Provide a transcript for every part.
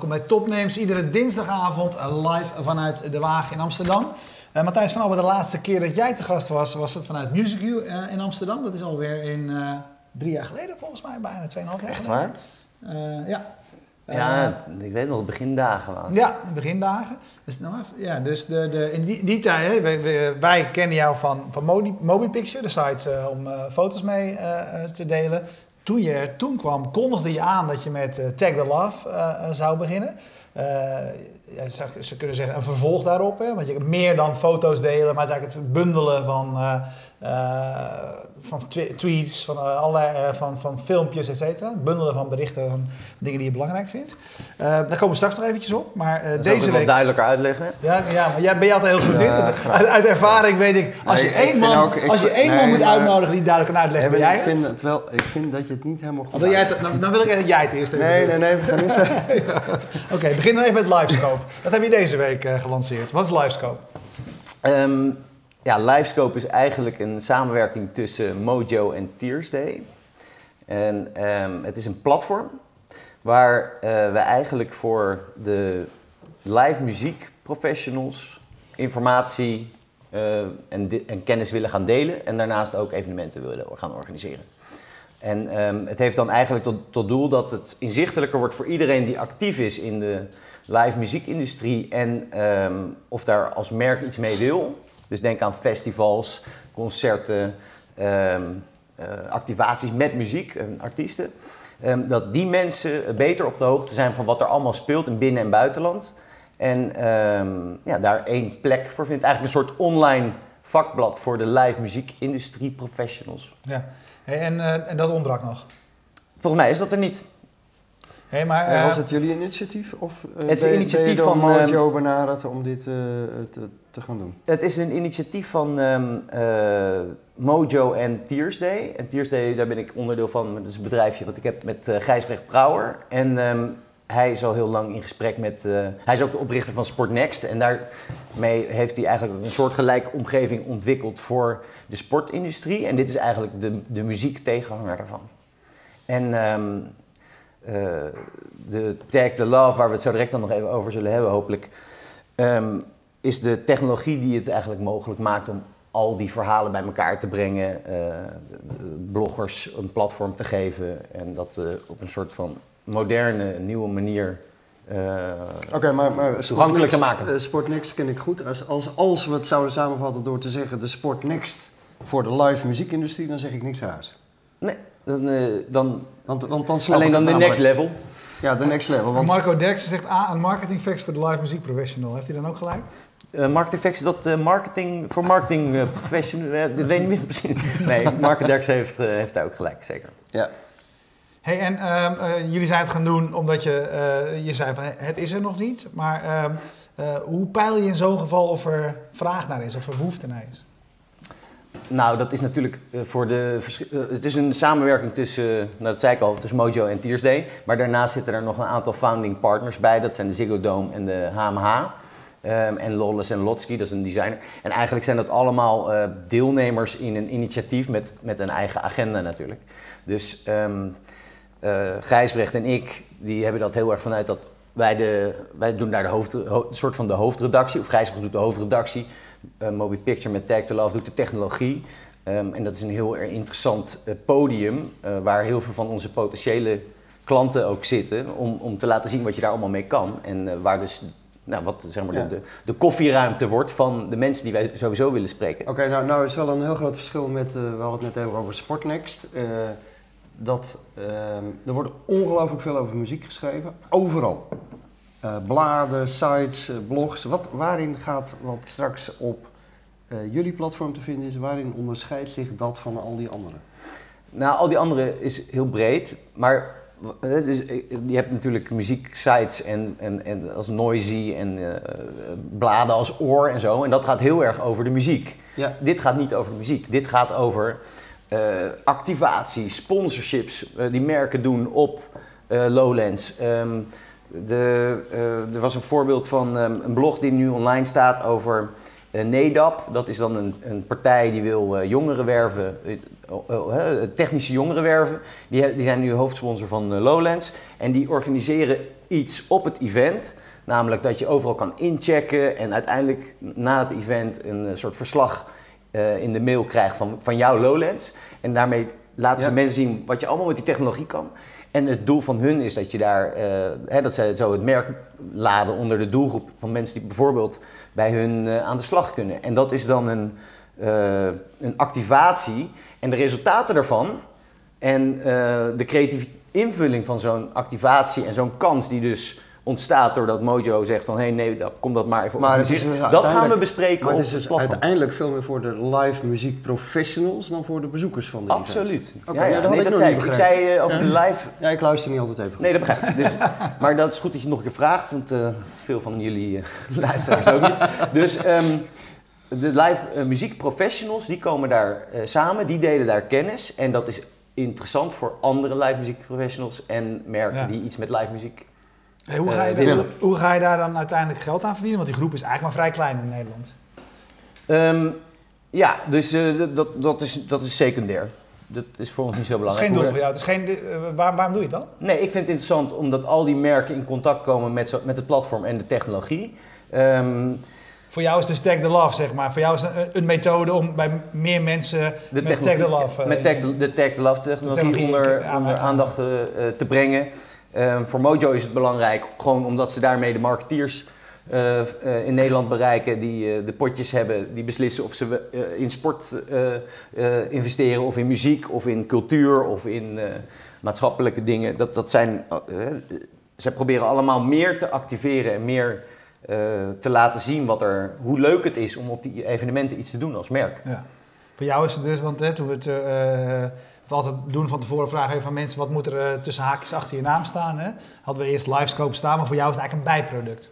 welkom bij Topnames. Iedere dinsdagavond live vanuit De Waag in Amsterdam. Matthijs van Albe, de laatste keer dat jij te gast was het vanuit Music U in Amsterdam. Dat is alweer in 3 jaar geleden volgens mij, bijna 2,5 jaar geleden. Echt waar? Ja. Ja, ik weet nog, begindagen was het. Ja, begindagen. Dus, in die tijd, wij kennen jou van MobiPicture, de site om foto's mee te delen. Toen je er toen kwam, kondigde je aan dat je met Tag the Love zou beginnen. Ze kunnen zeggen een vervolg daarop, hè? Want je kan meer dan foto's delen, maar het is eigenlijk het bundelen van tweets, van filmpjes, et cetera. Bundelen van berichten, van dingen die je belangrijk vindt. Daar komen we straks nog eventjes op. Maar deze week... wat duidelijker uitleggen? Ja, maar jij ben je altijd heel goed in. Uit ervaring weet ik, als je één man moet uitnodigen die duidelijk kan uitleggen, ben jij het? Ik vind dat je het niet helemaal goed Dan wil ik dat jij het eerst even doet. Nee, we gaan eerst Oké, begin dan even met Livescope. Dat heb je deze week gelanceerd. Wat is Livescope? Livescope is eigenlijk een samenwerking tussen Mojo en Tearsday. En het is een platform waar we eigenlijk voor de live muziek professionals informatie en kennis willen gaan delen. En daarnaast ook evenementen willen gaan organiseren. En het heeft dan eigenlijk tot doel dat het inzichtelijker wordt voor iedereen die actief is in de live muziekindustrie en of daar als merk iets mee wil. Dus denk aan festivals, concerten, activaties met muziek en artiesten. Dat die mensen beter op de hoogte zijn van wat er allemaal speelt in binnen- en buitenland. En daar één plek voor vindt. Eigenlijk een soort online vakblad voor de live muziekindustrie professionals. Ja. Hey, en dat ontbrak nog? Volgens mij is dat er niet. Hey, maar, was het jullie initiatief? Of het is een initiatief van Mojo benaderd om dit te gaan doen? Het is een initiatief van Mojo en Tearsday. En Tearsday, daar ben ik onderdeel van. Dat is een bedrijfje wat ik heb met Gijsbrecht Brouwer. En hij is al heel lang in gesprek met... hij is ook de oprichter van Sportnext. En daarmee heeft hij eigenlijk een soortgelijke omgeving ontwikkeld voor de sportindustrie. En dit is eigenlijk de muziektegenhanger daarvan. En... de Tag the Love, waar we het zo direct dan nog even over zullen hebben hopelijk, is de technologie die het eigenlijk mogelijk maakt om al die verhalen bij elkaar te brengen, bloggers een platform te geven en dat op een soort van moderne, nieuwe manier maar toegankelijk te maken. Sportnext ken ik goed. Als we het zouden samenvatten door te zeggen de Sportnext voor de live muziekindustrie, dan zeg ik niks raars. Nee. Want dan alleen dan de next level. Ja, de next level. Want... Marco Derksen zegt een marketing facts voor de live muziek professional. Heeft hij dan ook gelijk? Marketing facts, dat marketing professional, dat weet ik niet meer precies. Nee, Marco Derksen heeft daar ook gelijk, zeker. Ja. Hey, en jullie zijn het gaan doen omdat je zei van het is er nog niet. Maar hoe peil je in zo'n geval of er vraag naar is, of er behoefte naar is? Nou, dat is natuurlijk het is een samenwerking tussen, dat zei ik al, tussen Mojo en Tearsday. Maar daarnaast zitten er nog een aantal founding partners bij. Dat zijn de Ziggo Dome en de HMH. En Lawless en Lotsky, dat is een designer. En eigenlijk zijn dat allemaal deelnemers in een initiatief met een eigen agenda natuurlijk. Dus Gijsbrecht en ik, die hebben dat heel erg vanuit dat wij doen daar soort van de hoofdredactie. Of Gijsbrecht doet de hoofdredactie. MobiPicture met Tag the Love doet de technologie. En dat is een heel erg interessant podium waar heel veel van onze potentiële klanten ook zitten om te laten zien wat je daar allemaal mee kan. En waar dus de koffieruimte wordt van de mensen die wij sowieso willen spreken. Oké, nou is wel een heel groot verschil met, we hadden het net even over Sportnext. Er wordt ongelooflijk veel over muziek geschreven, overal. Bladen, sites, blogs. Waarin gaat wat straks op jullie platform te vinden is, waarin onderscheidt zich dat van al die anderen? Nou, al die andere is heel breed, maar dus, je hebt natuurlijk muzieksites en als Noisy en bladen als Oor en zo. En dat gaat heel erg over de muziek. Ja. Dit gaat niet over de muziek. Dit gaat over activaties, sponsorships die merken doen op Lowlands. Er was een voorbeeld van een blog die nu online staat over NEDAP, dat is dan een partij die wil jongeren werven, technische jongeren werven. Die zijn nu hoofdsponsor van Lowlands. En die organiseren iets op het event. Namelijk dat je overal kan inchecken en uiteindelijk na het event een soort verslag in de mail krijgt van jouw Lowlands. En daarmee laten ze mensen zien wat je allemaal met die technologie kan. En het doel van hun is dat je daar, dat zij zo het merk laden onder de doelgroep van mensen die bijvoorbeeld bij hun aan de slag kunnen. En dat is dan een activatie en de resultaten daarvan en de creatieve invulling van zo'n activatie en zo'n kans die dus ontstaat doordat Mojo zegt van kom dat maar even organiseren. Dus dat gaan we bespreken maar op het is het platform. uiteindelijk veel meer voor de live muziek professionals dan voor de bezoekers van de Absoluut. Oké, dat zei ik. Ik zei over de live... Ja, ik luister niet altijd even goed. Nee, dat begrijp ik. Dus, maar dat is goed dat je nog een keer vraagt, want veel van jullie luisteraars ook niet. Dus de live muziekprofessionals, die komen daar samen, die delen daar kennis. En dat is interessant voor andere live muziekprofessionals en merken die iets met live muziek Hey, hoe ga je daar dan uiteindelijk geld aan verdienen? Want die groep is eigenlijk maar vrij klein in Nederland. Dus dat is secundair. Dat is voor ons niet zo belangrijk. Het is geen doel voor jou. Waarom doe je het dan? Nee, ik vind het interessant omdat al die merken in contact komen met het platform en de technologie. Voor jou is dus Tag the Love, zeg maar. Voor jou is het een methode om bij meer mensen met Tag the Love... de Tag the Love technologie onder aandacht te brengen. Voor Mojo is het belangrijk, gewoon omdat ze daarmee de marketeers in Nederland bereiken die de potjes hebben, die beslissen of ze in sport investeren of in muziek of in cultuur of in maatschappelijke dingen. Zij proberen allemaal meer te activeren en meer te laten zien hoe leuk het is om op die evenementen iets te doen als merk. Ja. Voor jou is het dus, want toen we het altijd doen van tevoren vragen even van mensen, wat moet er tussen haakjes achter je naam staan? Hè? Hadden we eerst Livescope staan, maar voor jou is het eigenlijk een bijproduct.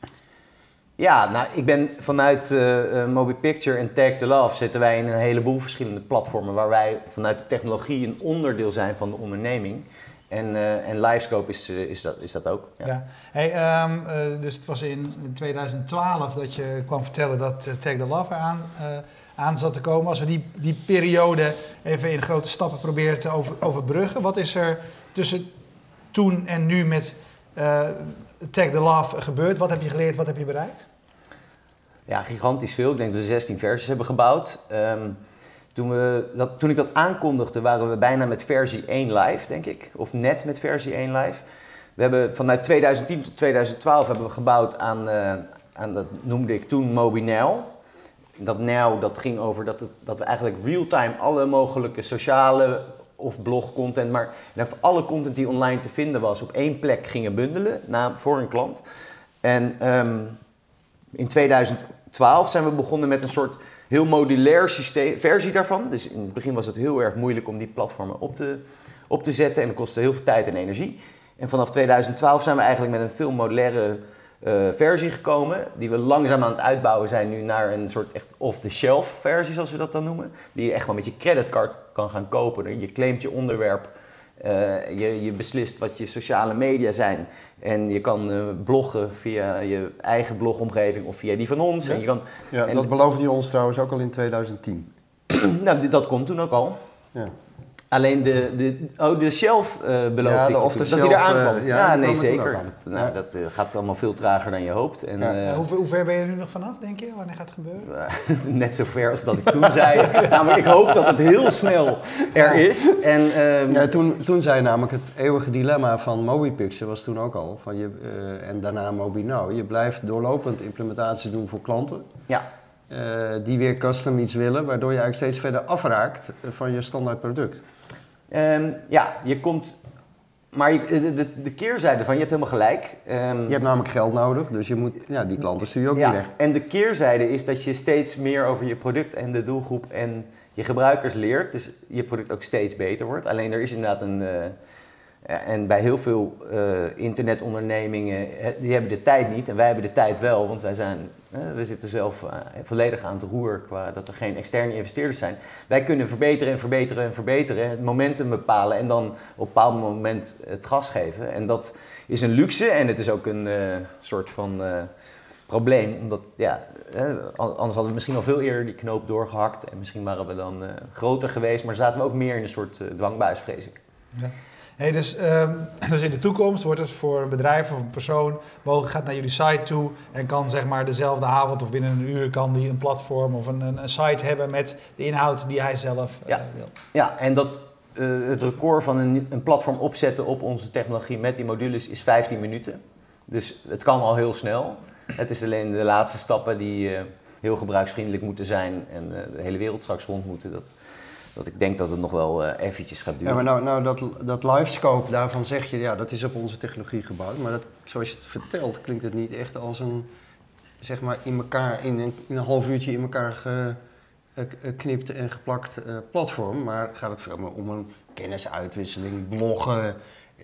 Ja, nou, ik ben vanuit Moby Picture en Tag the Love zitten wij in een heleboel verschillende platformen waar wij vanuit de technologie een onderdeel zijn van de onderneming. En Livescope is dat ook. Ja. Ja. Hey, dus het was in 2012 dat je kwam vertellen dat Tag the Love aan zat te komen. Als we die periode even in grote stappen proberen te overbruggen. Wat is er tussen toen en nu met Tag the Love gebeurd? Wat heb je geleerd? Wat heb je bereikt? Ja, gigantisch veel. Ik denk dat we 16 versies hebben gebouwd. Toen ik dat aankondigde, waren we bijna met versie 1 live, denk ik. Of net met versie 1 live. We hebben vanuit 2010 tot 2012 hebben we gebouwd aan dat noemde ik toen Moby Now. Dat Now, dat ging over dat we eigenlijk real-time alle mogelijke sociale of blogcontent, maar alle content die online te vinden was, op één plek gingen bundelen voor een klant. En in 2012 zijn we begonnen met een soort heel modulair versie daarvan. Dus in het begin was het heel erg moeilijk om die platformen op te zetten en dat kostte heel veel tijd en energie. En vanaf 2012 zijn we eigenlijk met een veel modulaire versie gekomen, die we langzaam aan het uitbouwen zijn nu naar een soort echt off-the-shelf versie, zoals we dat dan noemen. Die je echt gewoon met je creditcard kan gaan kopen. Je claimt je onderwerp, je beslist wat je sociale media zijn en je kan bloggen via je eigen blogomgeving of via die van ons. Ja, en je kan, dat beloofde je ons trouwens ook al in 2010. Nou, dat komt toen ook al. Ja. Alleen de shelf beloofde ik dat die eraan kwam. Nee, zeker. Dat gaat allemaal veel trager dan je hoopt. En, hoe ver ben je er nu nog vanaf, denk je? Wanneer gaat het gebeuren? Net zo ver als dat ik toen zei. Namelijk, ik hoop dat het heel snel er is. En, toen zei namelijk het eeuwige dilemma van Moby Picture was toen ook al. En daarna Moby Now. Je blijft doorlopend implementaties doen voor klanten. Ja. Die weer custom iets willen, waardoor je eigenlijk steeds verder afraakt van je standaard product. Je komt... Maar de keerzijde van, je hebt helemaal gelijk. Je hebt namelijk geld nodig, dus je moet, die klanten stuur je ook niet weg. En de keerzijde is dat je steeds meer over je product en de doelgroep en je gebruikers leert. Dus je product ook steeds beter wordt. Alleen er is inderdaad en bij heel veel internetondernemingen, die hebben de tijd niet en wij hebben de tijd wel, want we zitten zelf volledig aan het roer qua dat er geen externe investeerders zijn. Wij kunnen verbeteren en verbeteren en verbeteren, het momentum bepalen en dan op een bepaald moment het gas geven. En dat is een luxe en het is ook een soort van probleem. Omdat, anders hadden we misschien al veel eerder die knoop doorgehakt. En misschien waren we dan groter geweest. Maar zaten we ook meer in een soort dwangbuis, vrees ik. Ja. Hey, dus in de toekomst wordt het voor een bedrijf of een persoon mogelijk gaat naar jullie site toe en kan zeg maar dezelfde avond of binnen een uur kan die een platform of een site hebben met de inhoud die hij zelf wil. Ja, en het record van een platform opzetten op onze technologie met die modules is 15 minuten. Dus het kan al heel snel. Het is alleen de laatste stappen die heel gebruiksvriendelijk moeten zijn en de hele wereld straks rond moeten. Dat ik denk dat het nog wel eventjes gaat duren. Ja, maar dat livescope, daarvan zeg je, ja, dat is op onze technologie gebouwd. Maar dat, zoals je het vertelt, klinkt het niet echt als een, zeg maar, in een half uurtje in elkaar geknipt en geplakt platform. Maar gaat het veel meer om een kennisuitwisseling, bloggen.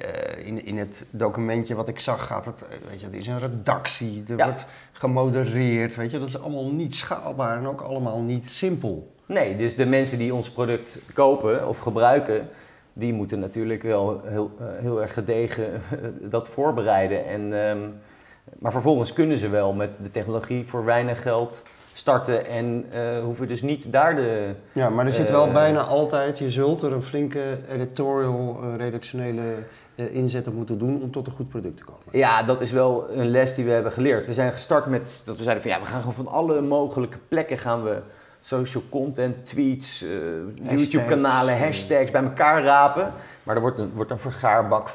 In het documentje wat ik zag gaat het, weet je, er is een redactie, er wordt gemodereerd, weet je. Dat is allemaal niet schaalbaar en ook allemaal niet simpel. Nee, dus de mensen die ons product kopen of gebruiken, die moeten natuurlijk wel heel erg gedegen dat voorbereiden. Maar vervolgens kunnen ze wel met de technologie voor weinig geld starten en hoeven dus niet daar de... Ja, maar er zit wel bijna altijd, je zult er een flinke editorial, redactionele inzet op moeten doen om tot een goed product te komen. Ja, dat is wel een les die we hebben geleerd. We zijn gestart met dat we zeiden van ja, we gaan gewoon van alle mogelijke plekken gaan we social content, tweets, YouTube-kanalen, hashtags bij elkaar rapen. Maar er wordt een vergaarbak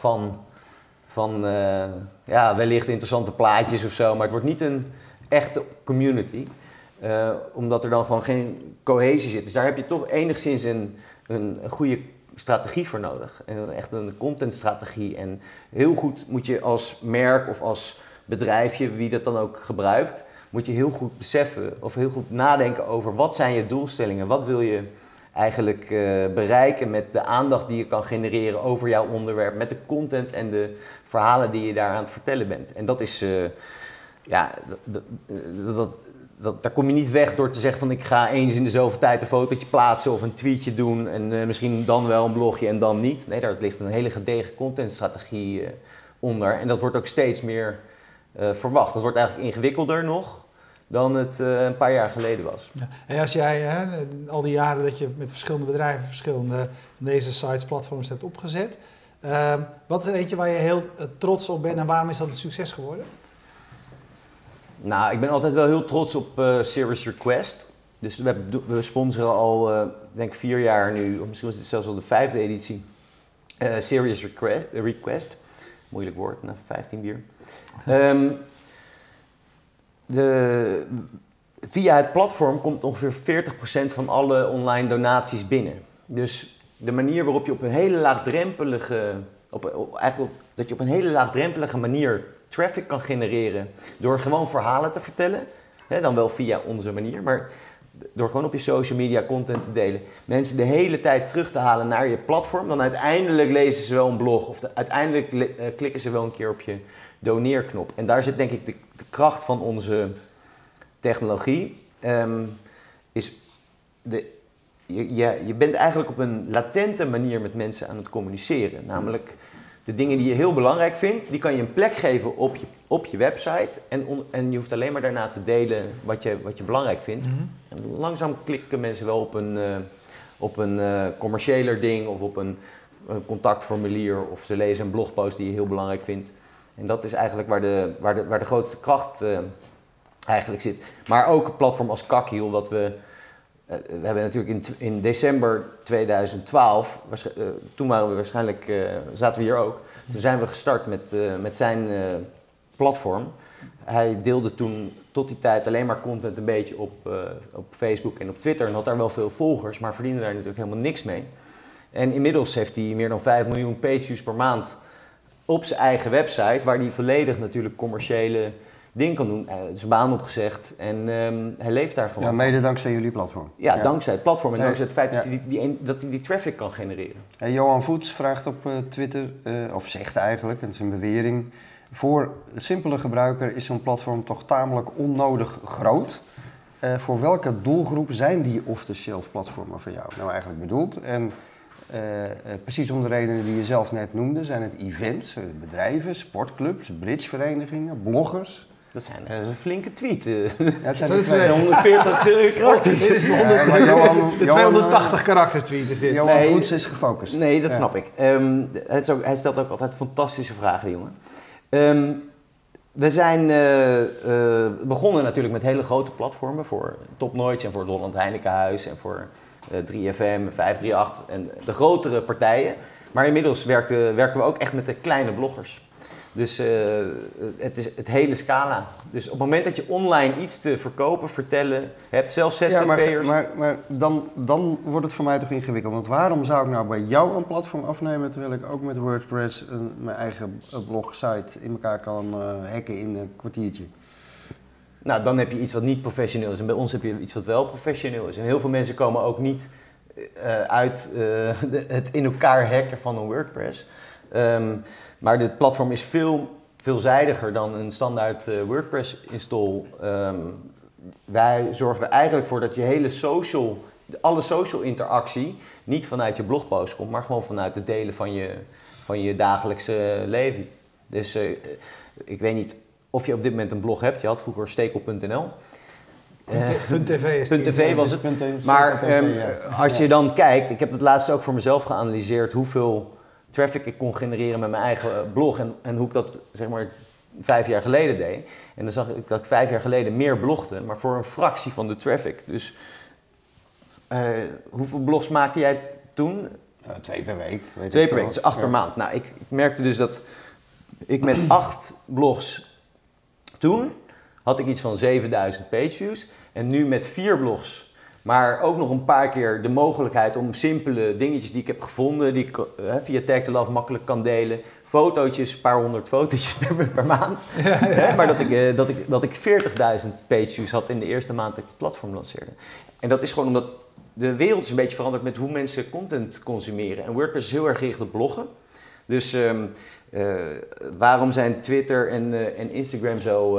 van wellicht interessante plaatjes of zo. Maar het wordt niet een echte community. Omdat er dan gewoon geen cohesie zit. Dus daar heb je toch enigszins een goede strategie voor nodig. En echt een contentstrategie. En heel goed moet je als merk of als bedrijfje, wie dat dan ook gebruikt, moet je heel goed beseffen of heel goed nadenken over wat zijn je doelstellingen. Wat wil je eigenlijk bereiken met de aandacht die je kan genereren over jouw onderwerp. Met de content en de verhalen die je daar aan het vertellen bent. En dat is, daar kom je niet weg door te zeggen van ik ga eens in de zoveel tijd een fotootje plaatsen of een tweetje doen en misschien dan wel een blogje en dan niet. Nee, daar ligt een hele gedegen contentstrategie onder en dat wordt ook steeds meer verwacht. Dat wordt eigenlijk ingewikkelder nog dan het een paar jaar geleden was. Ja. En als jij al die jaren dat je met verschillende bedrijven verschillende deze sites, platforms hebt opgezet, wat is er eentje waar je heel trots op bent en waarom is dat een succes geworden? Nou, ik ben altijd wel heel trots op Serious Request. Dus we sponsoren al, denk ik 4 jaar nu, of misschien was het zelfs al de 5e editie. Serious Request. Moeilijk woord, na 15 bier. Via het platform komt ongeveer 40% van alle online donaties binnen. Dus de manier waarop je op een hele laagdrempelige, dat je op een hele laagdrempelige manier traffic kan genereren door gewoon verhalen te vertellen, dan wel via onze manier, maar door gewoon op je social media content te delen, mensen de hele tijd terug te halen naar je platform, dan uiteindelijk lezen ze wel een blog of uiteindelijk klikken ze wel een keer op je doneerknop. En daar zit denk ik de kracht van onze technologie. Je bent eigenlijk op een latente manier met mensen aan het communiceren. Namelijk de dingen die je heel belangrijk vindt, die kan je een plek geven op je website. En je hoeft alleen maar daarna te delen wat je belangrijk vindt. Mm-hmm. En langzaam klikken mensen wel op een commerciëler ding of op een contactformulier. Of ze lezen een blogpost die je heel belangrijk vindt. En dat is eigenlijk waar de grootste kracht eigenlijk zit. Maar ook een platform als Kakkiel, wat we hebben natuurlijk in december 2012, toen waren we waarschijnlijk, zaten we hier ook. Toen zijn we gestart met zijn platform. Hij deelde toen tot die tijd alleen maar content een beetje op Facebook en op Twitter. En had daar wel veel volgers, maar verdiende daar natuurlijk helemaal niks mee. En inmiddels heeft hij meer dan 5 miljoen pageviews per maand op zijn eigen website, waar hij volledig natuurlijk commerciële dingen kan doen. Zijn baan opgezegd en hij leeft daar gewoon. Ja, mede dankzij jullie platform. Ja, dankzij het platform en dankzij het feit dat hij die traffic kan genereren. Johan Voets vraagt op Twitter, of zegt eigenlijk, en dat is een bewering, voor de simpele gebruiker is zo'n platform toch tamelijk onnodig groot. Voor welke doelgroep zijn die off-the-shelf platformen van jou nou eigenlijk bedoeld? En precies om de redenen die je zelf net noemde, zijn het events, bedrijven, sportclubs, bridgeverenigingen, bloggers. Dat zijn een flinke tweet. Ja, het zijn Zo, er dat is 140 karakters. Dit is de, Ja, maar Johan- de 280 karakter tweet is dit. Johan Nee. Voets is gefocust. Nee, dat Ja. snap ik. Hij stelt ook altijd fantastische vragen, die jongen. We zijn begonnen natuurlijk met hele grote platformen voor Top Notch en voor het Holland Heinekenhuis en voor 3FM, 538 en de grotere partijen. Maar inmiddels werken we ook echt met de kleine bloggers. Dus het is het hele scala. Dus op het moment dat je online iets te verkopen, vertellen hebt, zelfs Ja, ZZP'ers... maar dan wordt het voor mij toch ingewikkeld. Want waarom zou ik nou bij jou een platform afnemen, terwijl ik ook met WordPress mijn eigen blogsite in elkaar kan hacken in een kwartiertje? Nou, dan heb je iets wat niet professioneel is. En bij ons heb je iets wat wel professioneel is. En heel veel mensen komen ook niet uit het in elkaar hacken van een WordPress. Maar dit platform is veel veelzijdiger dan een standaard WordPress-install. Wij zorgen er eigenlijk voor dat je alle social interactie niet vanuit je blogpost komt, maar gewoon vanuit het delen van je dagelijkse leven. Dus ik weet niet of je op dit moment een blog hebt. Je had vroeger stekel.nl. .tv is .tv was het. Maar als je dan kijkt, ik heb het laatst ook voor mezelf geanalyseerd hoeveel traffic ik kon genereren met mijn eigen blog en hoe ik dat zeg maar 5 jaar geleden deed. En dan zag ik dat ik 5 jaar geleden meer blogde, maar voor een fractie van de traffic. Dus hoeveel blogs maakte jij toen? 2 per week. 2 per week, dus 8 per maand. Nou, ik merkte dus dat ik met 8 blogs toen had ik iets van 7000 pageviews. En nu met 4 blogs, maar ook nog een paar keer de mogelijkheid om simpele dingetjes die ik heb gevonden, die ik via Tag to Love makkelijk kan delen. Fotootjes, een paar honderd fotootjes per maand. Ja. Maar dat ik 40.000 pageviews had in de eerste maand dat ik het platform lanceerde. En dat is gewoon omdat de wereld is een beetje veranderd met hoe mensen content consumeren. En WordPress is heel erg gericht op bloggen. Dus waarom zijn Twitter en Instagram zo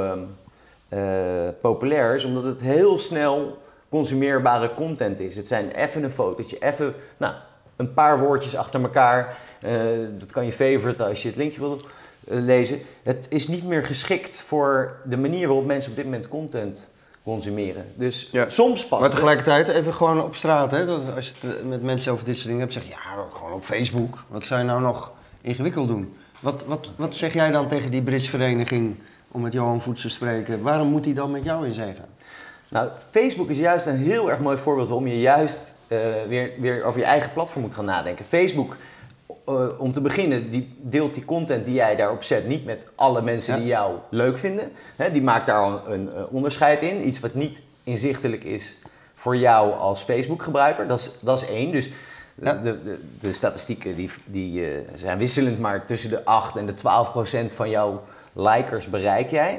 populair? Is omdat het heel snel consumeerbare content is. Het zijn even een fotootje, even een paar woordjes achter elkaar. Dat kan je favoriten als je het linkje wil lezen. Het is niet meer geschikt voor de manier waarop mensen op dit moment content consumeren. Dus soms past Maar tegelijkertijd even gewoon op straat, hè? Dat als je het met mensen over dit soort dingen hebt, zeg je ja, gewoon op Facebook. Wat zou je nou nog ingewikkeld doen? Wat zeg jij dan tegen die bridgevereniging om met Johan Voets te spreken? Waarom moet hij dan met jou in zee gaan? Nou, Facebook is juist een heel erg mooi voorbeeld waarom je juist weer over je eigen platform moet gaan nadenken. Facebook, om te beginnen, die deelt die content die jij daarop zet niet met alle mensen die jou leuk vinden. Die maakt daar al een onderscheid in. Iets wat niet inzichtelijk is voor jou als Facebook-gebruiker. Dat is één. Dus de statistieken die zijn wisselend, maar tussen de 8 en de 12% van jouw likers bereik jij.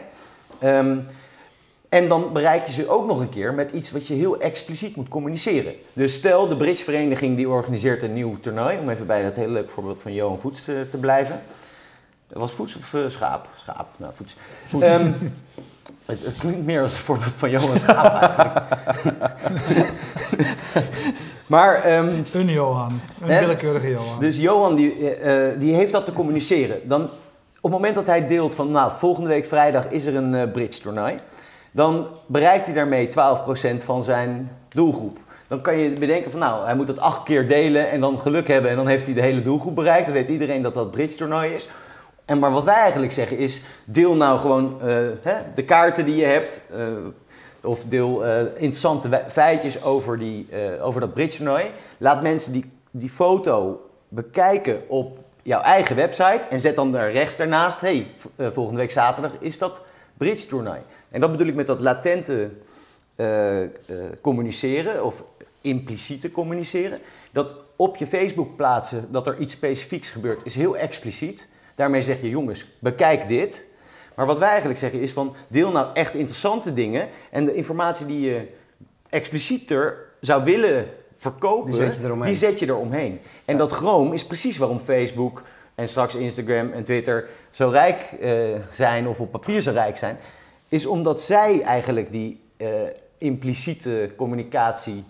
En dan bereik je ze ook nog een keer met iets wat je heel expliciet moet communiceren. Dus stel, de bridgevereniging die organiseert een nieuw toernooi, om even bij dat hele leuk voorbeeld van Johan Voets te blijven. Was Voets of Schaap? Schaap, nou Voets. Het klinkt meer als een voorbeeld van Johan Schaap eigenlijk. Maar, een Johan, een willekeurige Johan. Dus Johan die heeft dat te communiceren. Dan, op het moment dat hij deelt van volgende week vrijdag is er een bridge toernooi, dan bereikt hij daarmee 12% van zijn doelgroep. Dan kan je bedenken van hij moet dat 8 keer delen en dan geluk hebben en dan heeft hij de hele doelgroep bereikt. Dan weet iedereen dat dat bridge toernooi is. Maar wat wij eigenlijk zeggen is, deel nou gewoon de kaarten die je hebt. Of deel interessante feitjes over dat bridge toernooi. Laat mensen die foto bekijken op jouw eigen website. En zet dan daar rechts daarnaast, volgende week zaterdag is dat bridge toernooi. En dat bedoel ik met dat latente communiceren of impliciete communiceren. Dat op je Facebook plaatsen dat er iets specifieks gebeurt is heel expliciet. Daarmee zeg je jongens, bekijk dit. Maar wat wij eigenlijk zeggen is van deel nou echt interessante dingen. En de informatie die je explicieter zou willen verkopen, die zet je eromheen. En dat chroom is precies waarom Facebook en straks Instagram en Twitter zo rijk zijn of op papier zo rijk zijn. Is omdat zij eigenlijk die impliciete communicatie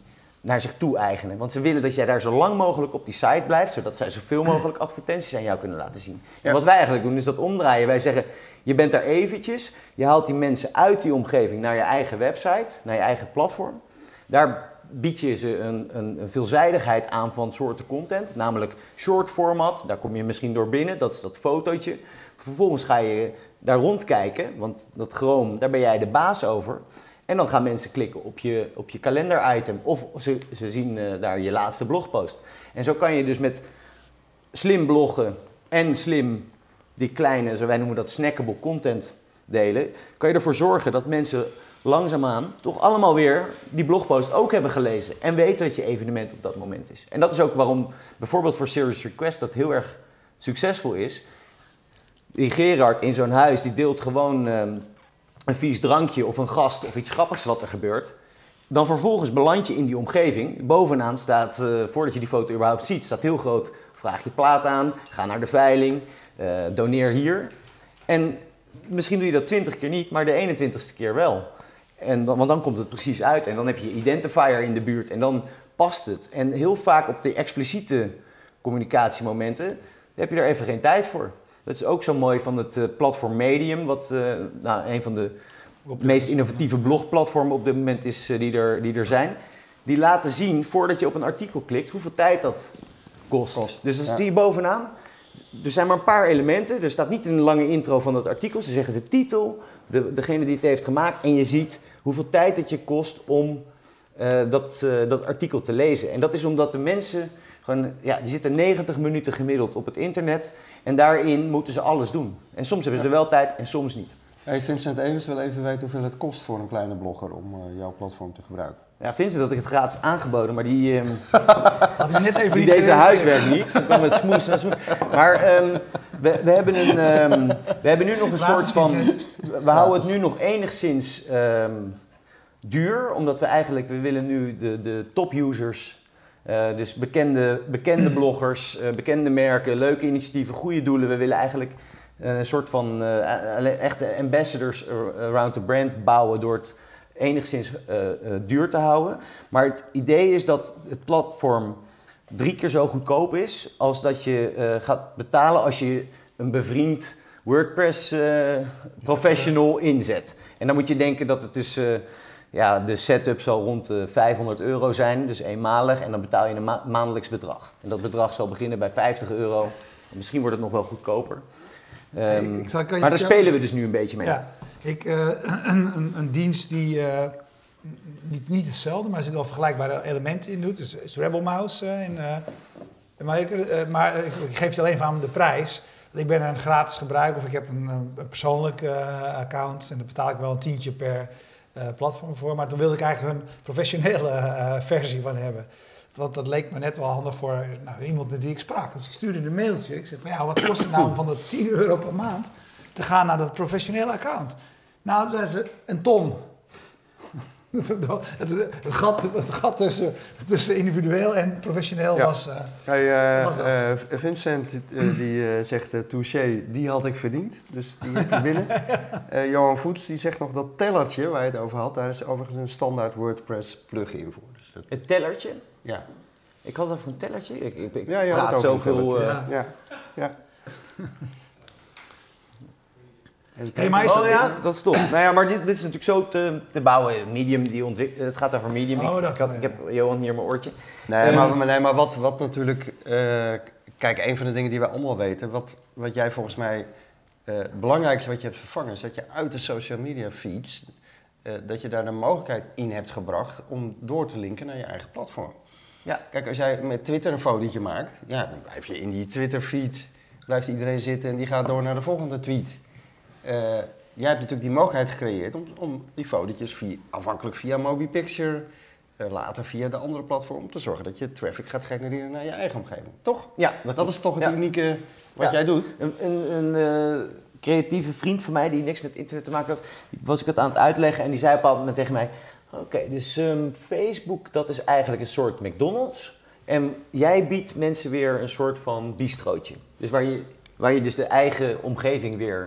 naar zich toe eigenen. Want ze willen dat jij daar zo lang mogelijk op die site blijft, zodat zij zoveel mogelijk advertenties aan jou kunnen laten zien. Ja. En wat wij eigenlijk doen is dat omdraaien. Wij zeggen, je bent daar eventjes, je haalt die mensen uit die omgeving naar je eigen website, naar je eigen platform. Daar bied je ze een veelzijdigheid aan van soorten content, namelijk short format, daar kom je misschien door binnen, dat is dat fotootje. Vervolgens ga je daar rondkijken, want dat Chrome, daar ben jij de baas over. En dan gaan mensen klikken op je kalender-item of ze zien daar je laatste blogpost. En zo kan je dus met slim bloggen en slim die kleine, zo wij noemen dat snackable content delen, kan je ervoor zorgen dat mensen langzaamaan toch allemaal weer die blogpost ook hebben gelezen en weten dat je evenement op dat moment is. En dat is ook waarom bijvoorbeeld voor Serious Request dat heel erg succesvol is. Die Gerard in zo'n huis, die deelt gewoon een vies drankje of een gast of iets grappigs wat er gebeurt. Dan vervolgens beland je in die omgeving. Bovenaan staat, voordat je die foto überhaupt ziet, staat heel groot, vraag je plaat aan, ga naar de veiling, doneer hier. En misschien doe je dat 20 keer niet, maar de 21ste keer wel. Want dan komt het precies uit en dan heb je identifier in de buurt en dan past het. En heel vaak op de expliciete communicatiemomenten heb je er even geen tijd voor. Dat is ook zo mooi van het platform Medium, wat een van de meest innovatieve blogplatformen op dit moment is die er zijn. Die laten zien, voordat je op een artikel klikt, hoeveel tijd dat kost. Dus dat zie je bovenaan. Er zijn maar een paar elementen. Er staat niet een lange intro van dat artikel. Ze zeggen de titel, degene die het heeft gemaakt. En je ziet hoeveel tijd het je kost om dat artikel te lezen. En dat is omdat de mensen gewoon, die zitten 90 minuten gemiddeld op het internet. En daarin moeten ze alles doen. En soms hebben ze wel tijd en soms niet. Hey Vincent Evers wil even weten hoeveel het kost voor een kleine blogger om jouw platform te gebruiken. Ja, Vincent had ik het gratis aangeboden, maar die had hij net even die deze huiswerk niet. Ik kwam met smoes en smoes. Maar we hebben nu nog een soort van. We houden het nu nog enigszins duur, omdat we willen nu de top-users, dus bekende bloggers, bekende merken, leuke initiatieven, goede doelen. We willen eigenlijk een soort van echte ambassadors around the brand bouwen door het enigszins duur te houden. Maar het idee is dat het platform 3 keer zo goedkoop is als dat je gaat betalen als je een bevriend WordPress professional inzet. En dan moet je denken dat het dus, de setup zal rond €500 zijn, dus eenmalig. En dan betaal je een maandelijks bedrag. En dat bedrag zal beginnen bij €50. Misschien wordt het nog wel goedkoper. Maar daar spelen we dus nu een beetje mee. Ja, een dienst die niet hetzelfde, maar er zitten wel vergelijkbare elementen in doet. Dus is Rebel Mouse. Maar ik geef je alleen van de prijs. Ik ben een gratis gebruiker of ik heb een persoonlijk account. En daar betaal ik wel een tientje per platform voor. Maar toen wilde ik eigenlijk een professionele versie van hebben. Want dat leek me net wel handig voor iemand met wie ik sprak. Dus ik stuurde een mailtje. Ik zei van wat kost het nou om van de €10 per maand te gaan naar dat professionele account? Nou, toen zei ze een ton. Het gat tussen individueel en professioneel was... was dat. Vincent die zegt touché, die had ik verdiend. Dus die heb je binnen. Johan Voets die zegt nog dat tellertje waar je het over had. Daar is overigens een standaard WordPress plugin voor. Dus dat... Het tellertje? Ja. Ik had het over een tellertje. Ik ja, je praat had zoveel... Ja. Hey, maar ja, dat is tof. Maar dit is natuurlijk zo te bouwen. Medium, het gaat over Medium. Ik heb Johan hier in mijn oortje. Maar wat natuurlijk... kijk, een van de dingen die we allemaal weten... Wat jij volgens mij... het belangrijkste wat je hebt vervangen... is dat je uit de social media feeds... dat je daar de mogelijkheid in hebt gebracht... om door te linken naar je eigen platform. Ja. Kijk, als jij met Twitter een fotootje maakt... dan blijf je in die Twitter-feed... blijft iedereen zitten en die gaat door naar de volgende tweet... jij hebt natuurlijk die mogelijkheid gecreëerd om die fotootjes afhankelijk via MobiPicture, later via de andere platform, te zorgen dat je traffic gaat genereren naar je eigen omgeving. Toch? Ja, dat is toch het unieke wat jij doet? Een creatieve vriend van mij die niks met internet te maken had, was ik het aan het uitleggen en die zei op een bepaald moment tegen mij, oké, dus Facebook dat is eigenlijk een soort McDonald's en jij biedt mensen weer een soort van bistrootje. Dus waar je dus de eigen omgeving weer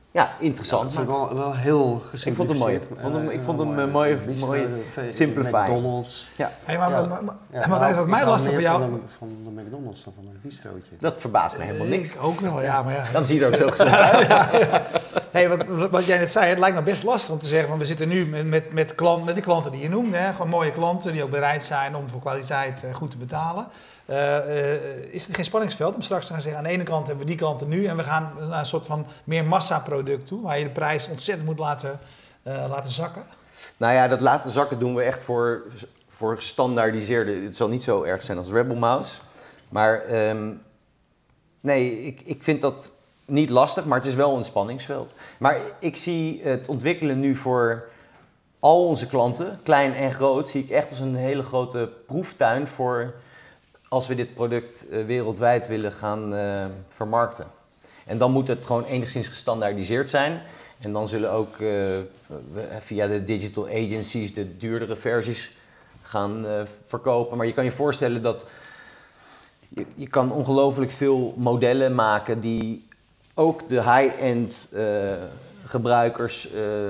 ja, interessant. Ja, dat vind ik wel heel gesimplificeerd. Ik vond hem mooi. Ik vond hem een mooie simplifying. McDonald's. Ja. Hey, maar Nou, wat mij ik lastig hou voor meer jou... Van de McDonald's dan van een bistrootje. Dat verbaast me helemaal niks. Ik ook wel, ja. Maar ja. Dan zie je er ook zo gezond uit. Hey, wat jij net zei, het lijkt me best lastig om te zeggen, want we zitten nu met die klanten die je noemde, hè, gewoon mooie klanten die ook bereid zijn om voor kwaliteit goed te betalen. Is het geen spanningsveld om straks te gaan zeggen, aan de ene kant hebben we die klanten nu en we gaan naar een soort van meer massaproduct toe, waar je de prijs ontzettend moet laten zakken? Nou ja, dat laten zakken doen we echt voor gestandaardiseerde. Het zal niet zo erg zijn als Rebel Mouse. Maar nee, ik vind dat niet lastig, maar het is wel een spanningsveld. Maar ik zie het ontwikkelen nu voor al onze klanten, klein en groot, zie ik echt als een hele grote proeftuin voor als we dit product wereldwijd willen gaan vermarkten. En dan moet het gewoon enigszins gestandaardiseerd zijn. En dan zullen ook via de digital agencies de duurdere versies gaan verkopen. Maar je kan je voorstellen dat je kan ongelooflijk veel modellen maken die ook de high-end gebruikers,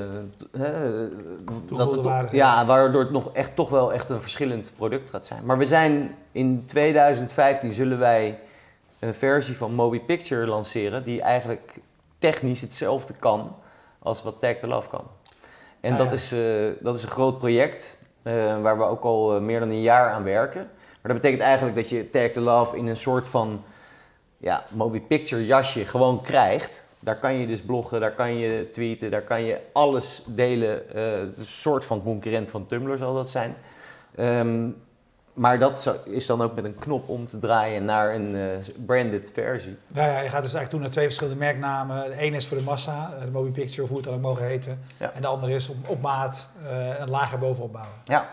waardoor het nog echt toch wel echt een verschillend product gaat zijn. Maar we zijn in 2015 zullen wij een versie van Moby Picture lanceren die eigenlijk technisch hetzelfde kan als wat Tag the Love kan. En dat is een groot project waar we ook al meer dan een jaar aan werken. Maar dat betekent eigenlijk dat je Tag the Love in een soort van Moby Picture jasje gewoon krijgt. Daar kan je dus bloggen, daar kan je tweeten, daar kan je alles delen. Het is een soort van concurrent van Tumblr zal dat zijn. Maar dat is dan ook met een knop om te draaien naar een branded versie. Ja, je gaat dus eigenlijk toen naar 2 verschillende merknamen. De ene is voor de massa, de Moby Picture of hoe het dan ook mogen heten. Ja. En de andere is op maat een lager bovenop bouwen. Ja.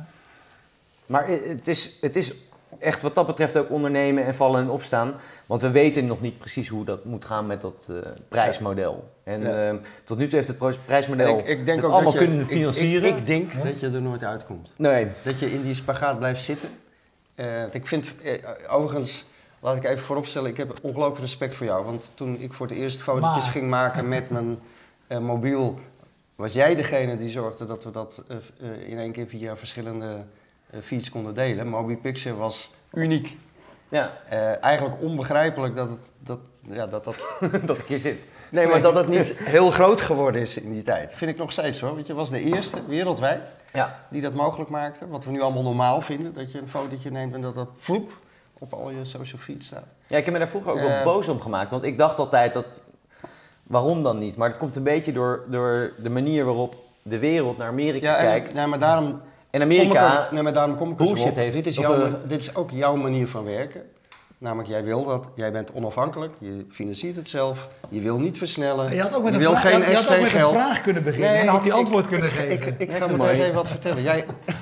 Maar het is echt wat dat betreft ook ondernemen en vallen en opstaan. Want we weten nog niet precies hoe dat moet gaan met dat prijsmodel. En tot nu toe heeft het prijsmodel ik denk het ook allemaal dat je, kunnen financieren. Ik denk dat je er nooit uitkomt. Nee. Dat je in die spagaat blijft zitten. Ik vind, overigens, laat ik even vooropstellen, ik heb ongelooflijk respect voor jou. Want toen ik voor het eerst fotootjes ging maken met mijn mobiel, was jij degene die zorgde dat we dat in één keer via verschillende feeds konden delen. Moby Picture was uniek. Ja. Eigenlijk onbegrijpelijk dat dat ik hier zit. Nee, maar dat het niet heel groot geworden is in die tijd. Vind ik nog steeds hoor. Want je was de eerste wereldwijd die dat mogelijk maakte. Wat we nu allemaal normaal vinden. Dat je een fotootje neemt en dat vloep op al je social feeds staat. Ja, ik heb me daar vroeger ook wel boos om gemaakt. Want ik dacht altijd dat, waarom dan niet? Maar het komt een beetje door de manier waarop de wereld naar Amerika kijkt. Ja, maar daarom... En Amerika daarom kom ik bullshit heeft. Dit is ook jouw manier van werken. Namelijk, jij wil dat. Jij bent onafhankelijk. Je financiert het zelf. Je wil niet versnellen. Je had ook met een vraag kunnen beginnen. Nee, en dan had hij antwoord kunnen geven. Ik ga me eens even wat vertellen. Jij...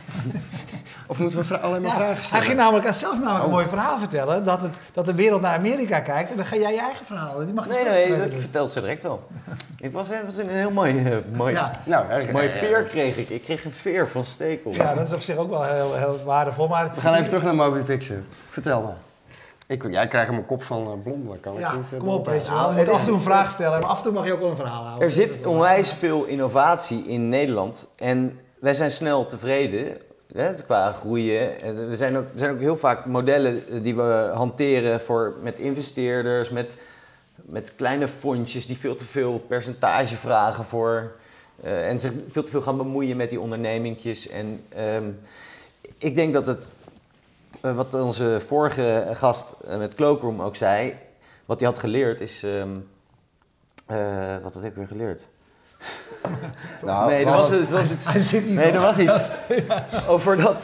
Of moeten we alleen maar vragen stellen? Hij ging namelijk zelf een mooi verhaal vertellen. Dat de wereld naar Amerika kijkt. En dan ga jij je eigen verhaal. Die mag je dat vertelt ze direct wel. Het was een heel mooie veer kreeg ik. Ik kreeg een veer van Stekel. Ja, dat is op zich ook wel heel waardevol. Maar we gaan even terug naar Moby Picture. Vertel me. Jij krijgt mijn kop van blond. Kom op, weet je wel. Je moet af en toe een vraag stellen. Maar af en toe mag je ook wel een verhaal houden. Er zit onwijs veel innovatie in Nederland. En wij zijn snel tevreden qua groeien. Er zijn ook heel vaak modellen die we hanteren met investeerders, met kleine fondjes die veel te veel percentage vragen voor en zich veel te veel gaan bemoeien met die ondernemingjes. En ik denk dat het, wat onze vorige gast met Cloakroom ook zei, wat hij had geleerd is, wat had ik weer geleerd? Nou, het was iets. Hij zit hier. Nee, er was iets. Over dat.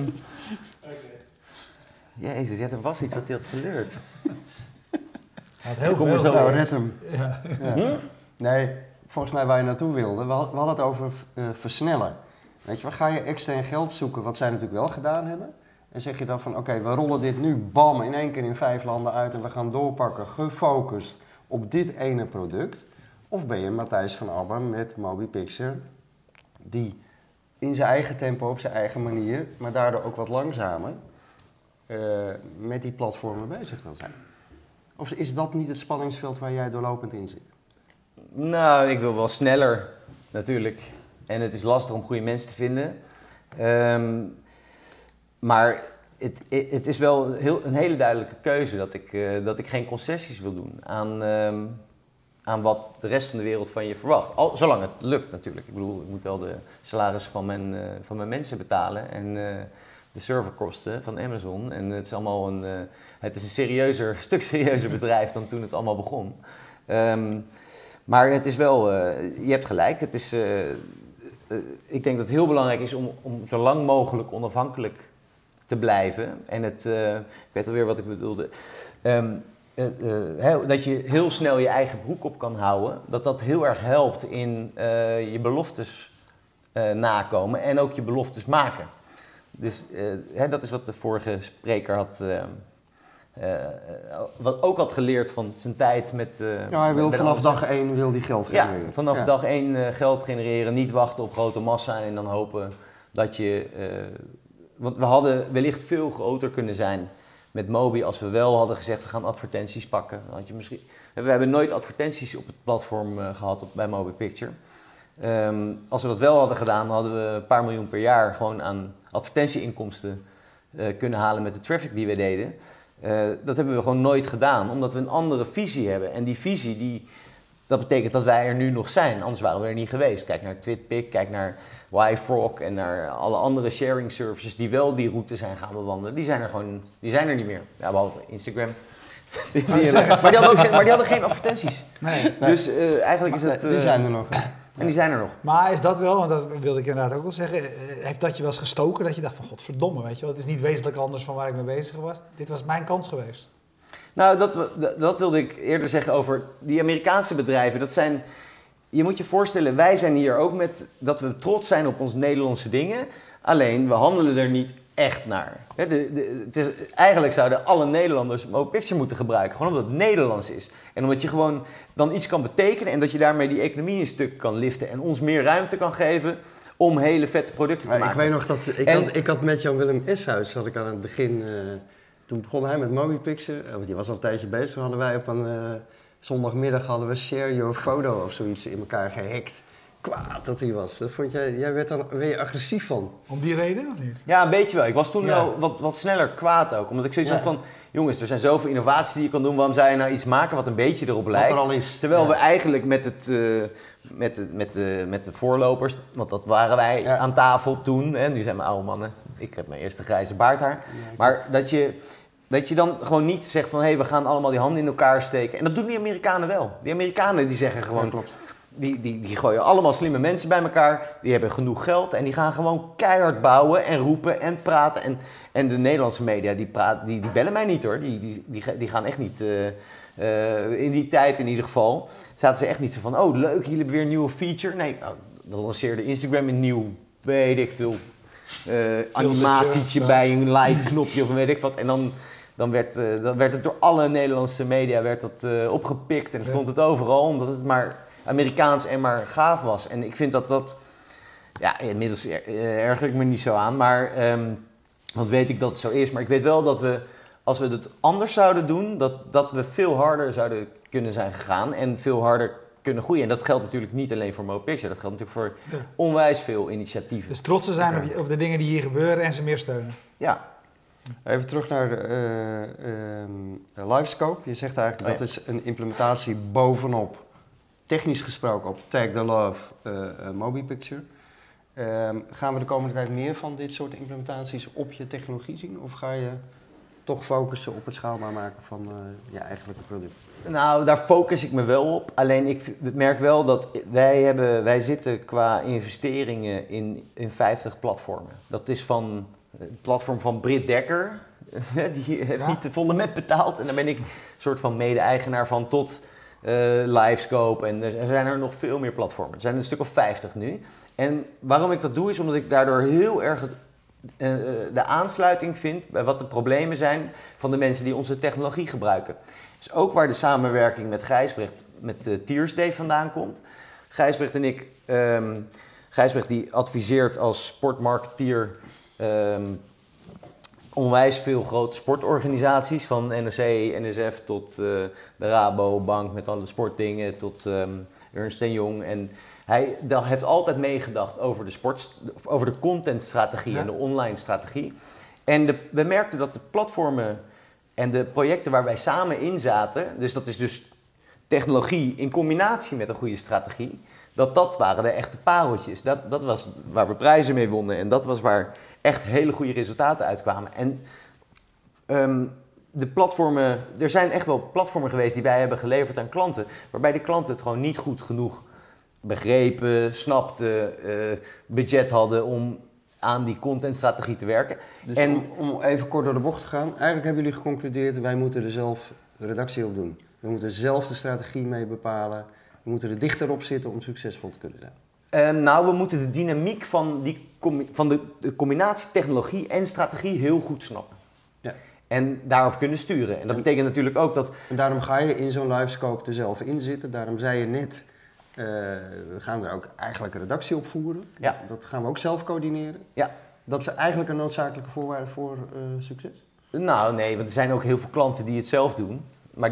Jezus, er was iets wat hij had geleerd. Had heel veel. Nou, red hem. Ja. Nee, volgens mij waar je naartoe wilde. We hadden het over versnellen. Weet je, waar ga je extern geld zoeken, wat zij natuurlijk wel gedaan hebben. En zeg je dan van, oké, we rollen dit nu bam in één keer in 5 landen uit en we gaan doorpakken, gefocust op dit ene product. Of ben je Matthijs van Abba met Moby Picture, die in zijn eigen tempo, op zijn eigen manier, maar daardoor ook wat langzamer, met die platformen bezig wil zijn? Of is dat niet het spanningsveld waar jij doorlopend in zit? Nou, ik wil wel sneller natuurlijk. En het is lastig om goede mensen te vinden. Maar het is wel een hele duidelijke keuze dat ik geen concessies wil doen aan wat de rest van de wereld van je verwacht. Zolang het lukt natuurlijk. Ik bedoel, ik moet wel de salaris van mijn mensen betalen en de serverkosten van Amazon. En het is allemaal het is een stuk serieuzer bedrijf dan toen het allemaal begon. Maar het is wel, je hebt gelijk, het is, ik denk dat het heel belangrijk is om zo lang mogelijk onafhankelijk te blijven. En ik weet alweer wat ik bedoelde, dat je heel snel je eigen broek op kan houden. Dat heel erg helpt in je beloftes nakomen en ook je beloftes maken. Dus dat is wat de vorige spreker had... wat ook had geleerd van zijn tijd met... hij wil vanaf dag 1 wil die geld genereren. Ja, vanaf dag 1 geld genereren, niet wachten op grote massa en dan hopen dat je... want we hadden wellicht veel groter kunnen zijn met Mobi als we wel hadden gezegd we gaan advertenties pakken. Dan had je misschien... We hebben nooit advertenties op het platform gehad bij Mobi Picture. Als we dat wel hadden gedaan, hadden we een paar miljoen per jaar gewoon aan advertentieinkomsten kunnen halen met de traffic die we deden. Dat hebben we gewoon nooit gedaan, omdat we een andere visie hebben. En die visie, dat betekent dat wij er nu nog zijn, anders waren we er niet geweest. Kijk naar TwitPic, kijk naar YFrog en naar alle andere sharing services die wel die route zijn gaan bewandelen. Die zijn er niet meer. Ja, behalve Instagram. Maar die hadden geen advertenties. Nee. Dus eigenlijk is het... die zijn er nog. En die zijn er nog. Maar is dat wel, want dat wilde ik inderdaad ook wel zeggen, heeft dat je wel eens gestoken dat je dacht van godverdomme, weet je wel, het is niet wezenlijk anders van waar ik mee bezig was. Dit was mijn kans geweest. Nou, dat wilde ik eerder zeggen over die Amerikaanse bedrijven. Je moet je voorstellen, wij zijn hier ook met dat we trots zijn op onze Nederlandse dingen. Alleen, we handelen er niet echt naar. Eigenlijk zouden alle Nederlanders Mobi Picture moeten gebruiken. Gewoon omdat het Nederlands is. En omdat je gewoon dan iets kan betekenen en dat je daarmee die economie een stuk kan liften. En ons meer ruimte kan geven om hele vette producten te maken. Ik weet nog dat ik had met Jan-Willem Eshuis, had ik aan het begin... toen begon hij met Mobi Picture. Die was al een tijdje bezig. Toen hadden wij op een zondagmiddag share your photo of zoiets in elkaar gehackt. Kwaad dat hij was. Dat vond jij werd je agressief van. Om die reden of niet? Ja, een beetje wel. Ik was toen wel wat sneller kwaad ook. Omdat ik zoiets had van, jongens, er zijn zoveel innovaties die je kan doen. Waarom zou je nou iets maken wat een beetje erop lijkt? Wat er al is. Terwijl we eigenlijk met de voorlopers, want dat waren wij aan tafel toen. En nu zijn we oude mannen. Ik heb mijn eerste grijze baardhaar. Maar dat je dan gewoon niet zegt van, hé, we gaan allemaal die handen in elkaar steken. En dat doen die Amerikanen wel. Die Amerikanen die zeggen gewoon... Ja, klopt. Die gooien allemaal slimme mensen bij elkaar, die hebben genoeg geld en die gaan gewoon keihard bouwen en roepen en praten. En de Nederlandse media, die bellen mij niet hoor, die gaan echt niet, in die tijd in ieder geval, zaten ze echt niet zo van, oh leuk, jullie hebben weer een nieuwe feature. Nee, dan lanceerde Instagram een nieuw, weet ik veel, animatietje bij een like-knopje of weet ik wat. En dan werd het door alle Nederlandse media opgepikt en stond het overal, omdat het maar... Amerikaans en maar gaaf was. En ik vind dat ja, inmiddels erger ik me niet zo aan, maar want weet ik dat het zo is. Maar ik weet wel dat we, als we het anders zouden doen, dat we veel harder zouden kunnen zijn gegaan en veel harder kunnen groeien. En dat geldt natuurlijk niet alleen voor Mobi Picture, dat geldt natuurlijk voor onwijs veel initiatieven. Dus trots te zijn op de dingen die hier gebeuren en ze meer steunen. Ja. Even terug naar Livescope. Je zegt eigenlijk dat is een implementatie bovenop, technisch gesproken, op Tag the Love Mobi Picture. Gaan we de komende tijd meer van dit soort implementaties op je technologie zien? Of ga je toch focussen op het schaalbaar maken van je eigenlijke product? Nou, daar focus ik me wel op. Alleen ik merk wel dat wij zitten qua investeringen in 50 platformen. Dat is van het platform van Britt Dekker. Die heeft niet het fundament betaald. En daar ben ik een soort van mede-eigenaar van tot Livescope. En er zijn er nog veel meer platformen. Er zijn een stuk of 50 nu. En waarom ik dat doe is omdat ik daardoor heel erg de aansluiting vind bij wat de problemen zijn van de mensen die onze technologie gebruiken. Dus ook waar de samenwerking met Gijsbrecht met Tiers Day vandaan komt. Gijsbrecht en ik, Gijsbrecht die adviseert als sportmarketeer onwijs veel grote sportorganisaties, van NOC, NSF tot de Rabobank met alle sportdingen, tot Ernst Young. En hij heeft altijd meegedacht over over de contentstrategie en de online strategie. En we merkten dat de platformen en de projecten waar wij samen in zaten, dus dat is dus technologie in combinatie met een goede strategie, dat waren de echte pareltjes. Dat was waar we prijzen mee wonnen en dat was waar echt hele goede resultaten uitkwamen. En de platformen, er zijn echt wel platformen geweest die wij hebben geleverd aan klanten, waarbij de klanten het gewoon niet goed genoeg begrepen, snapten, budget hadden om aan die contentstrategie te werken. Dus en om even kort door de bocht te gaan, eigenlijk hebben jullie geconcludeerd, wij moeten er zelf redactie op doen. We moeten zelf de strategie mee bepalen. We moeten er dichter op zitten om succesvol te kunnen zijn. Nou, we moeten de dynamiek van de combinatie technologie en strategie heel goed snappen. Ja. En daarop kunnen sturen. En dat betekent natuurlijk ook dat... En daarom ga je in zo'n livescope er zelf in zitten. Daarom zei je net, we gaan er ook eigenlijk redactie op voeren. Ja. Dat gaan we ook zelf coördineren. Ja. Dat is eigenlijk een noodzakelijke voorwaarde voor succes? Nou, nee, want er zijn ook heel veel klanten die het zelf doen. Maar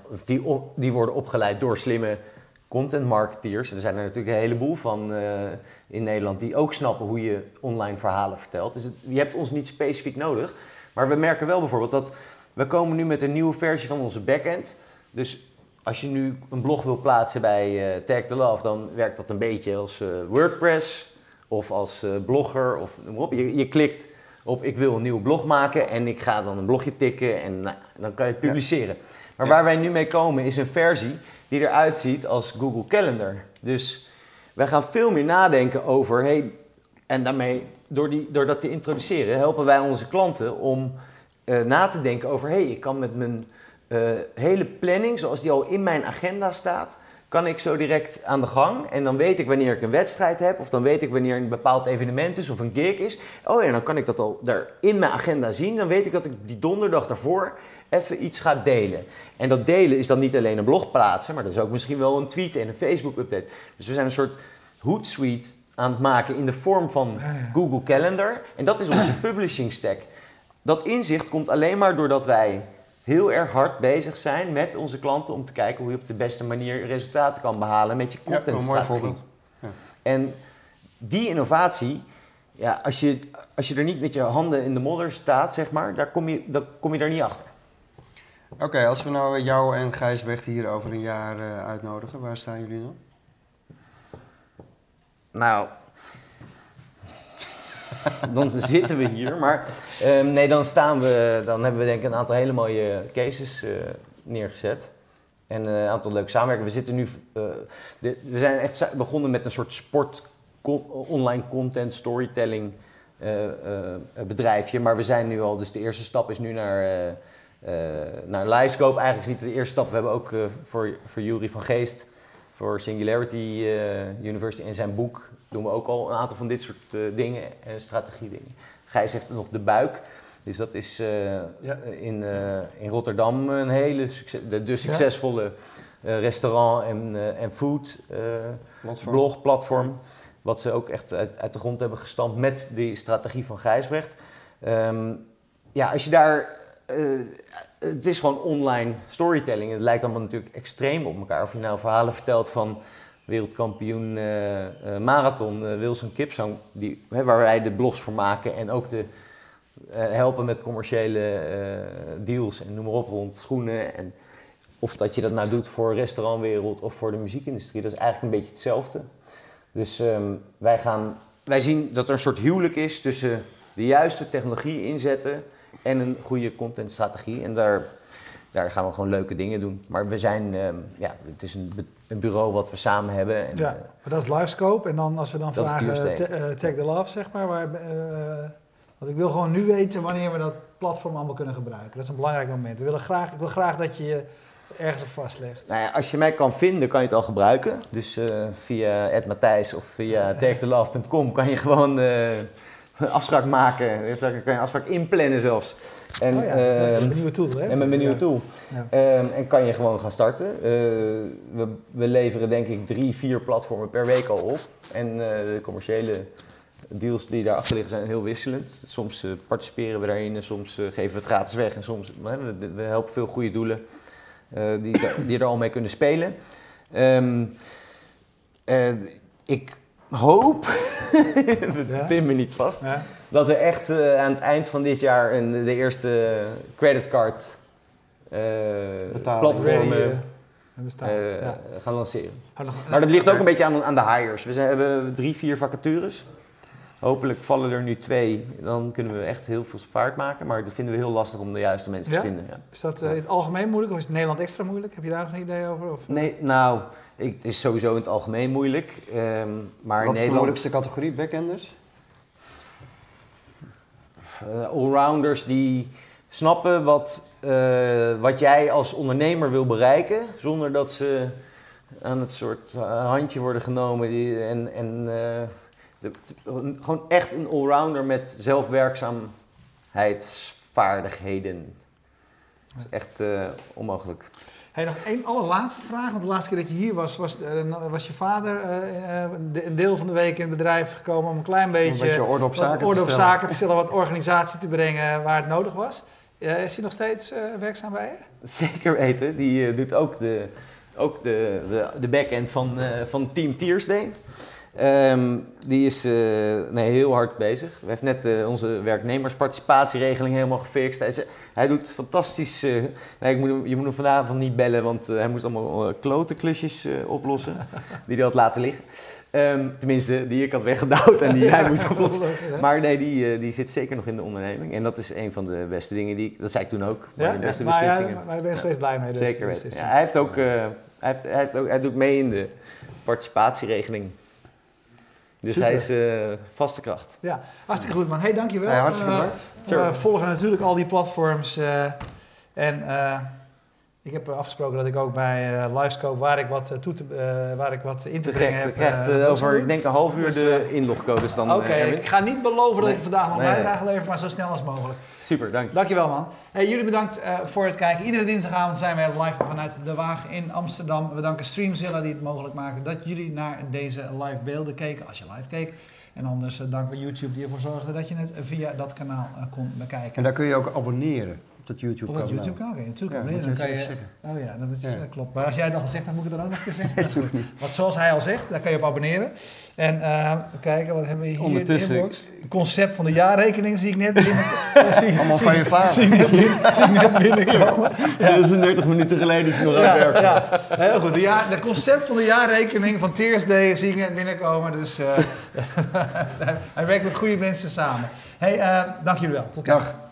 die worden opgeleid door slimme content marketeers. En er zijn er natuurlijk een heleboel van in Nederland die ook snappen hoe je online verhalen vertelt. Dus je hebt ons niet specifiek nodig. Maar we merken wel bijvoorbeeld dat we komen nu met een nieuwe versie van onze backend. Dus als je nu een blog wil plaatsen bij Tag the Love, dan werkt dat een beetje als WordPress of als blogger of noem maar op. Je klikt op ik wil een nieuwe blog maken en ik ga dan een blogje tikken en dan kan je het publiceren. Ja. Maar waar wij nu mee komen is een versie die eruit ziet als Google Calendar. Dus wij gaan veel meer nadenken over, en daarmee, door dat te introduceren, helpen wij onze klanten om na te denken over, ik kan met mijn hele planning, zoals die al in mijn agenda staat, kan ik zo direct aan de gang. En dan weet ik wanneer ik een wedstrijd heb, of dan weet ik wanneer een bepaald evenement is of een gig is. En dan kan ik dat al daar in mijn agenda zien. Dan weet ik dat ik die donderdag daarvoor even iets ga delen. En dat delen is dan niet alleen een blog plaatsen, maar dat is ook misschien wel een tweet en een Facebook update. Dus we zijn een soort Hootsuite aan het maken in de vorm van Google Calendar. En dat is onze publishing stack. Dat inzicht komt alleen maar doordat wij heel erg hard bezig zijn met onze klanten om te kijken hoe je op de beste manier resultaten kan behalen met je contentstrategie. Ja. En die innovatie, als je er niet met je handen in de modder staat, zeg maar, dan kom je daar niet achter. Oké, als we nou jou en Gijsbrecht hier over een jaar uitnodigen, waar staan jullie dan? Nou, dan zitten we hier, maar dan hebben we denk ik een aantal hele mooie cases neergezet. En een aantal leuke samenwerkingen. We zitten nu, we zijn echt begonnen met een soort online content storytelling bedrijfje. Maar we zijn nu al, dus de eerste stap is nu naar Livescope. Eigenlijk is niet de eerste stap. We hebben ook voor Jury van Geest, voor Singularity University en zijn boek doen we ook al een aantal van dit soort dingen en strategiedingen. Gijs heeft nog de Buik. Dus dat is in Rotterdam een hele succesvolle restaurant en food blogplatform. Wat ze ook echt uit de grond hebben gestampt met die strategie van Gijsbrecht. Als je daar... het is gewoon online storytelling. Het lijkt allemaal natuurlijk extreem op elkaar. Of je nou verhalen vertelt van wereldkampioen marathon Wilson Kipsang, waar wij de blogs voor maken en ook helpen met commerciële deals en noem maar op rond schoenen. En of dat je dat nou doet voor de restaurantwereld of voor de muziekindustrie, dat is eigenlijk een beetje hetzelfde. Dus wij zien dat er een soort huwelijk is tussen de juiste technologie inzetten en een goede contentstrategie. En daar gaan we gewoon leuke dingen doen. Maar we zijn, het is een bureau wat we samen hebben. En, maar dat is Livescope. En dan als we dan vragen, Tag the Love, zeg maar. Want ik wil gewoon nu weten wanneer we dat platform allemaal kunnen gebruiken. Dat is een belangrijk moment. Ik wil graag dat je je ergens op vastlegt. Nou ja, als je mij kan vinden, kan je het al gebruiken. Dus via @Matthijs of via tagthelove.com kan je gewoon een afspraak maken. Dus dan kan je een afspraak inplannen zelfs. En, dat is een nieuwe tool, hè? En met mijn nieuwe tool. Ja. En kan je gewoon gaan starten. We leveren denk ik 3-4 platformen per week al op. En de commerciële deals die daarachter liggen zijn heel wisselend. Soms participeren we daarin en soms geven we het gratis weg. En soms we helpen veel goede doelen die er al mee kunnen spelen. Ik hoop, pin me niet vast, dat we echt aan het eind van dit jaar de eerste creditcard platformen gaan lanceren. Maar dat ligt ook een beetje aan de hires. We hebben 3-4 vacatures. Hopelijk vallen er nu 2. Dan kunnen we echt heel veel vaart maken. Maar dat vinden we heel lastig om de juiste mensen te vinden. Ja. Is dat in het algemeen moeilijk of is het Nederland extra moeilijk? Heb je daar nog een idee over? Of? Nee, nou, het is sowieso in het algemeen moeilijk. Maar wat in is de moeilijkste categorie? Backenders? Allrounders die snappen wat jij als ondernemer wil bereiken. Zonder dat ze aan het soort handje worden genomen. Gewoon echt een allrounder met zelfwerkzaamheidsvaardigheden. Dat is echt onmogelijk. Hey, nog één allerlaatste vraag. Want de laatste keer dat je hier was je vader een deel van de week in het bedrijf gekomen om een klein beetje orde op zaken te stellen, wat organisatie te brengen waar het nodig was. Is hij nog steeds werkzaam bij je? Zeker weten. Die doet ook de back-end van Team Tearsday. Die is heel hard bezig. We hebben net onze werknemersparticipatieregeling helemaal gefixt. Hij doet fantastisch. Je moet hem vanavond niet bellen, want hij moest allemaal klote klusjes oplossen. Die hij had laten liggen. Tenminste, die ik had weggedouwd en die hij moest oplossen. Maar nee, die zit zeker nog in de onderneming. En dat is een van de beste dingen dat zei ik toen ook. Ja? De beste beslissingen. Maar daar ben je steeds blij mee. Dus zeker weten. Ja, hij doet mee in de participatieregeling. Dus super. Hij is vaste kracht. Ja, hartstikke goed man. Hey, dankjewel. Ja, hartstikke bedankt. We volgen natuurlijk al die platforms. Ik heb afgesproken dat ik ook bij Livescope, waar ik wat in te brengen heb. Je krijgt over, ik denk, een half uur de inlogcodes dan. Oké, ik ga niet beloven dat ik vandaag nog bijdrage lever, maar zo snel als mogelijk. Super, dank je. Dankjewel man. Hey, jullie bedankt voor het kijken. Iedere dinsdagavond zijn wij live vanuit De Waag in Amsterdam. We danken Streamzilla die het mogelijk maken dat jullie naar deze live beelden keken, als je live keek. En anders danken we YouTube die ervoor zorgde dat je het via dat kanaal kon bekijken. En daar kun je ook abonneren. Op dat YouTube-kanaal. Op dat YouTube-kanaal kun je natuurlijk abonneren. dan kan je. Oh ja, dat klopt. Maar als jij het al gezegd hebt, moet ik het dan ook nog een keer zeggen. Want zoals hij al zegt, daar kan je op abonneren. En kijken, wat hebben we hier ondertussen. In de inbox? Concept van de jaarrekening zie ik net binnen. Allemaal van je vader. Zie ik net binnenkomen. 36 minuten geleden is hij nog aan het werken. Ja, heel goed. De concept van de jaarrekening van Tearsday zie ik net binnenkomen. Dus hij werkt met goede mensen samen. Hey, dank jullie wel. Tot Dag.